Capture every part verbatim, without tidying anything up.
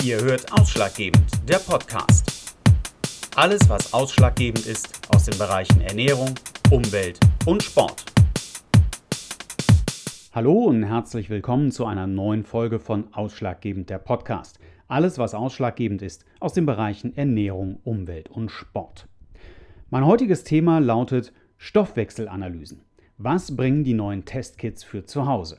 Ihr hört Ausschlaggebend, der Podcast. Alles, was ausschlaggebend ist aus den Bereichen Ernährung, Umwelt und Sport. Hallo und herzlich willkommen zu einer neuen Folge von Ausschlaggebend, der Podcast. Alles, was ausschlaggebend ist aus den Bereichen Ernährung, Umwelt und Sport. Mein heutiges Thema lautet Stoffwechselanalysen. Was bringen die neuen Testkits für zu Hause?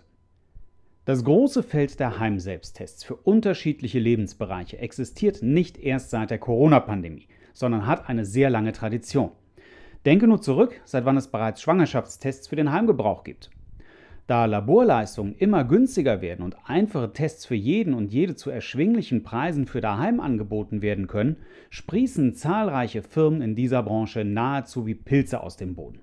Das große Feld der Heimselbsttests für unterschiedliche Lebensbereiche existiert nicht erst seit der Corona-Pandemie, sondern hat eine sehr lange Tradition. Denke nur zurück, seit wann es bereits Schwangerschaftstests für den Heimgebrauch gibt. Da Laborleistungen immer günstiger werden und einfache Tests für jeden und jede zu erschwinglichen Preisen für daheim angeboten werden können, sprießen zahlreiche Firmen in dieser Branche nahezu wie Pilze aus dem Boden.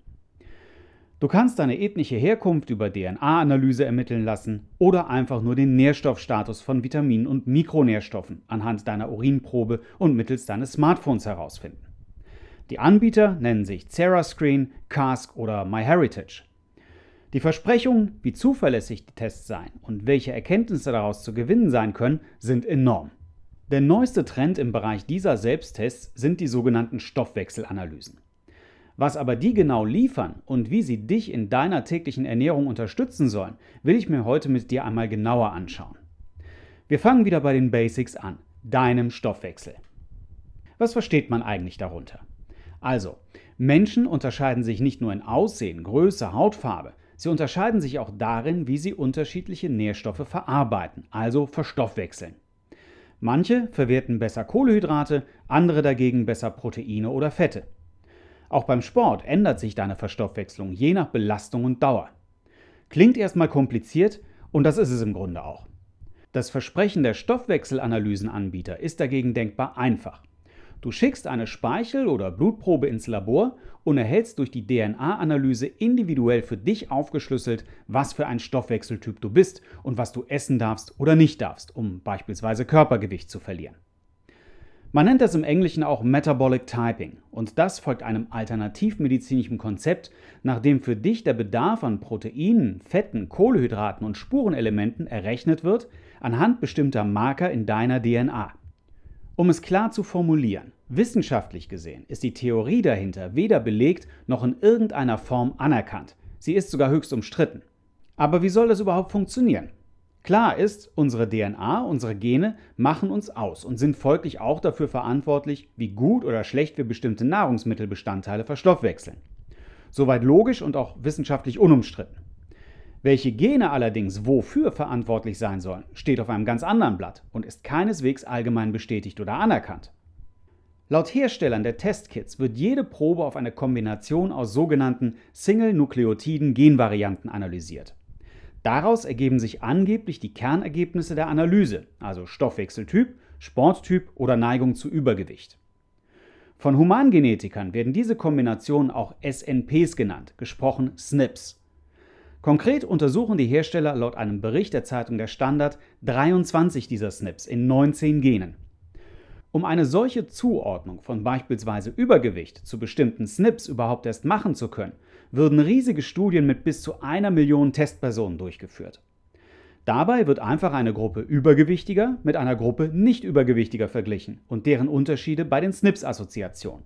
Du kannst deine ethnische Herkunft über D N A-Analyse ermitteln lassen oder einfach nur den Nährstoffstatus von Vitaminen und Mikronährstoffen anhand deiner Urinprobe und mittels deines Smartphones herausfinden. Die Anbieter nennen sich TheraScreen, Cask oder MyHeritage. Die Versprechungen, wie zuverlässig die Tests seien und welche Erkenntnisse daraus zu gewinnen sein können, sind enorm. Der neueste Trend im Bereich dieser Selbsttests sind die sogenannten Stoffwechselanalysen. Was aber die genau liefern und wie sie dich in deiner täglichen Ernährung unterstützen sollen, will ich mir heute mit dir einmal genauer anschauen. Wir fangen wieder bei den Basics an, deinem Stoffwechsel. Was versteht man eigentlich darunter? Also, Menschen unterscheiden sich nicht nur in Aussehen, Größe, Hautfarbe, sie unterscheiden sich auch darin, wie sie unterschiedliche Nährstoffe verarbeiten, also verstoffwechseln. Manche verwerten besser Kohlenhydrate, andere dagegen besser Proteine oder Fette. Auch beim Sport ändert sich deine Verstoffwechslung je nach Belastung und Dauer. Klingt erstmal kompliziert und das ist es im Grunde auch. Das Versprechen der Stoffwechselanalysenanbieter ist dagegen denkbar einfach. Du schickst eine Speichel- oder Blutprobe ins Labor und erhältst durch die D N A-Analyse individuell für dich aufgeschlüsselt, was für ein Stoffwechseltyp du bist und was du essen darfst oder nicht darfst, um beispielsweise Körpergewicht zu verlieren. Man nennt das im Englischen auch Metabolic Typing und das folgt einem alternativmedizinischen Konzept, nach dem für dich der Bedarf an Proteinen, Fetten, Kohlenhydraten und Spurenelementen errechnet wird anhand bestimmter Marker in deiner D N A. Um es klar zu formulieren, wissenschaftlich gesehen ist die Theorie dahinter weder belegt noch in irgendeiner Form anerkannt. Sie ist sogar höchst umstritten. Aber wie soll das überhaupt funktionieren? Klar ist, unsere D N A, unsere Gene machen uns aus und sind folglich auch dafür verantwortlich, wie gut oder schlecht wir bestimmte Nahrungsmittelbestandteile verstoffwechseln. Soweit logisch und auch wissenschaftlich unumstritten. Welche Gene allerdings wofür verantwortlich sein sollen, steht auf einem ganz anderen Blatt und ist keineswegs allgemein bestätigt oder anerkannt. Laut Herstellern der Testkits wird jede Probe auf eine Kombination aus sogenannten Single-Nukleotiden-Genvarianten analysiert. Daraus ergeben sich angeblich die Kernergebnisse der Analyse, also Stoffwechseltyp, Sporttyp oder Neigung zu Übergewicht. Von Humangenetikern werden diese Kombinationen auch S N Ps genannt, gesprochen S N Ps. Konkret untersuchen die Hersteller laut einem Bericht der Zeitung Der Standard dreiundzwanzig dieser S N Ps in neunzehn Genen. Um eine solche Zuordnung von beispielsweise Übergewicht zu bestimmten S N Ps überhaupt erst machen zu können, würden riesige Studien mit bis zu einer Million Testpersonen durchgeführt. Dabei wird einfach eine Gruppe Übergewichtiger mit einer Gruppe Nicht-Übergewichtiger verglichen und deren Unterschiede bei den S N Ps-Assoziationen.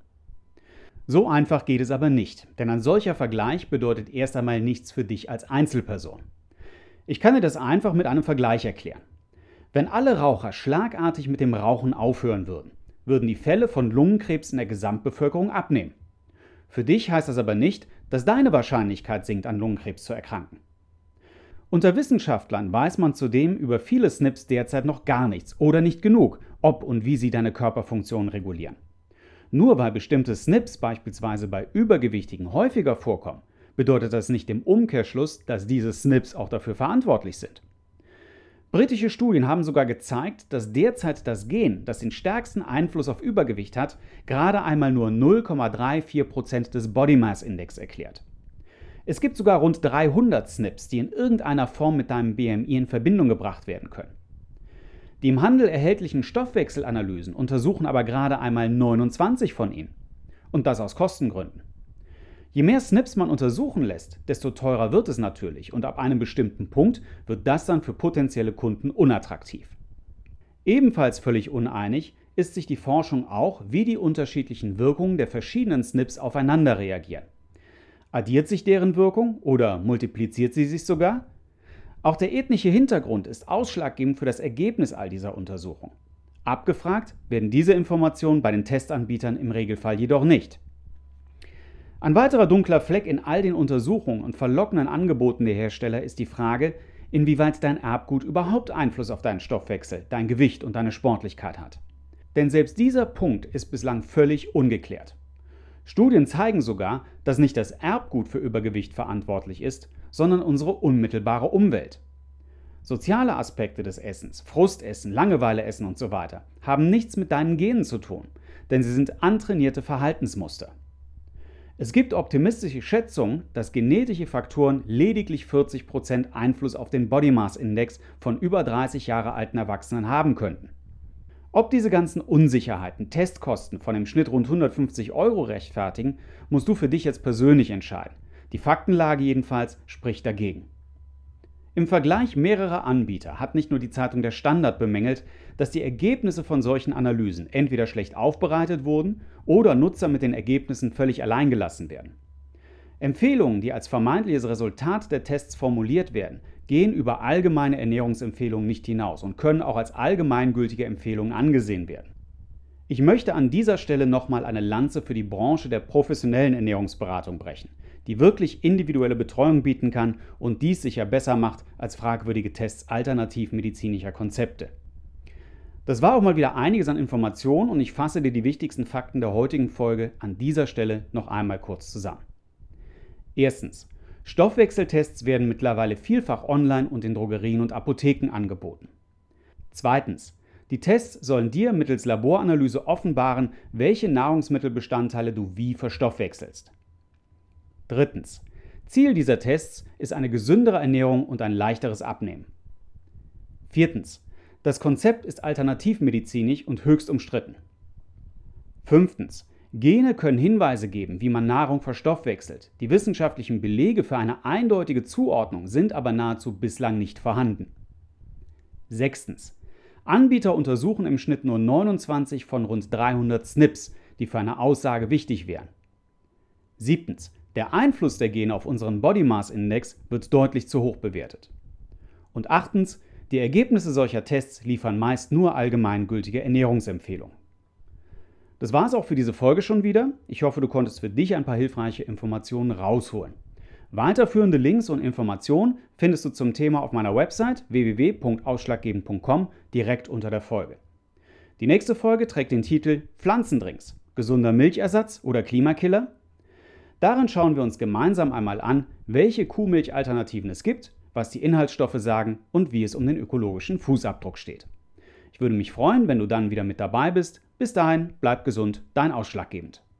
So einfach geht es aber nicht, denn ein solcher Vergleich bedeutet erst einmal nichts für dich als Einzelperson. Ich kann dir das einfach mit einem Vergleich erklären. Wenn alle Raucher schlagartig mit dem Rauchen aufhören würden, würden die Fälle von Lungenkrebs in der Gesamtbevölkerung abnehmen. Für dich heißt das aber nicht, dass deine Wahrscheinlichkeit sinkt, an Lungenkrebs zu erkranken. Unter Wissenschaftlern weiß man zudem über viele S N Ps derzeit noch gar nichts oder nicht genug, ob und wie sie deine Körperfunktion regulieren. Nur weil bestimmte S N Ps beispielsweise bei Übergewichtigen häufiger vorkommen, bedeutet das nicht im Umkehrschluss, dass diese S N Ps auch dafür verantwortlich sind. Britische Studien haben sogar gezeigt, dass derzeit das Gen, das den stärksten Einfluss auf Übergewicht hat, gerade einmal nur null Komma vierunddreißig Prozent des Body Mass Index erklärt. Es gibt sogar rund dreihundert S N Ps, die in irgendeiner Form mit deinem B M I in Verbindung gebracht werden können. Die im Handel erhältlichen Stoffwechselanalysen untersuchen aber gerade einmal neunundzwanzig von ihnen. Und das aus Kostengründen. Je mehr S N Ps man untersuchen lässt, desto teurer wird es natürlich und ab einem bestimmten Punkt wird das dann für potenzielle Kunden unattraktiv. Ebenfalls völlig uneinig ist sich die Forschung auch, wie die unterschiedlichen Wirkungen der verschiedenen S N Ps aufeinander reagieren. Addiert sich deren Wirkung oder multipliziert sie sich sogar? Auch der ethnische Hintergrund ist ausschlaggebend für das Ergebnis all dieser Untersuchungen. Abgefragt werden diese Informationen bei den Testanbietern im Regelfall jedoch nicht. Ein weiterer dunkler Fleck in all den Untersuchungen und verlockenden Angeboten der Hersteller ist die Frage, inwieweit dein Erbgut überhaupt Einfluss auf deinen Stoffwechsel, dein Gewicht und deine Sportlichkeit hat. Denn selbst dieser Punkt ist bislang völlig ungeklärt. Studien zeigen sogar, dass nicht das Erbgut für Übergewicht verantwortlich ist, sondern unsere unmittelbare Umwelt. Soziale Aspekte des Essens, Frustessen, Langeweileessen und so weiter, haben nichts mit deinen Genen zu tun, denn sie sind antrainierte Verhaltensmuster. Es gibt optimistische Schätzungen, dass genetische Faktoren lediglich vierzig Prozent Einfluss auf den Body Mass Index von über dreißig Jahre alten Erwachsenen haben könnten. Ob diese ganzen Unsicherheiten Testkosten von im Schnitt rund hundertfünfzig Euro rechtfertigen, musst du für dich jetzt persönlich entscheiden. Die Faktenlage jedenfalls spricht dagegen. Im Vergleich mehrerer Anbieter hat nicht nur die Zeitung Der Standard bemängelt, dass die Ergebnisse von solchen Analysen entweder schlecht aufbereitet wurden oder Nutzer mit den Ergebnissen völlig alleingelassen werden. Empfehlungen, die als vermeintliches Resultat der Tests formuliert werden, gehen über allgemeine Ernährungsempfehlungen nicht hinaus und können auch als allgemeingültige Empfehlungen angesehen werden. Ich möchte an dieser Stelle nochmal eine Lanze für die Branche der professionellen Ernährungsberatung brechen, die wirklich individuelle Betreuung bieten kann und dies sicher besser macht als fragwürdige Tests alternativmedizinischer Konzepte. Das war auch mal wieder einiges an Informationen und ich fasse dir die wichtigsten Fakten der heutigen Folge an dieser Stelle noch einmal kurz zusammen. Erstens. Stoffwechseltests werden mittlerweile vielfach online und in Drogerien und Apotheken angeboten. Zweitens. Die Tests sollen dir mittels Laboranalyse offenbaren, welche Nahrungsmittelbestandteile du wie verstoffwechselst. Drittens. Ziel dieser Tests ist eine gesündere Ernährung und ein leichteres Abnehmen. Viertens. Das Konzept ist alternativmedizinisch und höchst umstritten. Fünftens. Gene können Hinweise geben, wie man Nahrung verstoffwechselt. Die wissenschaftlichen Belege für eine eindeutige Zuordnung sind aber nahezu bislang nicht vorhanden. Sechstens. Anbieter untersuchen im Schnitt nur neunundzwanzig von rund dreihundert S N Ps, die für eine Aussage wichtig wären. Siebtens. Der Einfluss der Gene auf unseren Body Mass Index wird deutlich zu hoch bewertet. Und achtens. Die Ergebnisse solcher Tests liefern meist nur allgemeingültige Ernährungsempfehlungen. Das war es auch für diese Folge schon wieder. Ich hoffe, du konntest für dich ein paar hilfreiche Informationen rausholen. Weiterführende Links und Informationen findest du zum Thema auf meiner Website w w w punkt ausschlaggebend punkt com direkt unter der Folge. Die nächste Folge trägt den Titel Pflanzendrinks, gesunder Milchersatz oder Klimakiller? Darin schauen wir uns gemeinsam einmal an, welche Kuhmilchalternativen es gibt, was die Inhaltsstoffe sagen und wie es um den ökologischen Fußabdruck steht. Ich würde mich freuen, wenn du dann wieder mit dabei bist. Bis dahin, bleib gesund, dein Ausschlaggebend.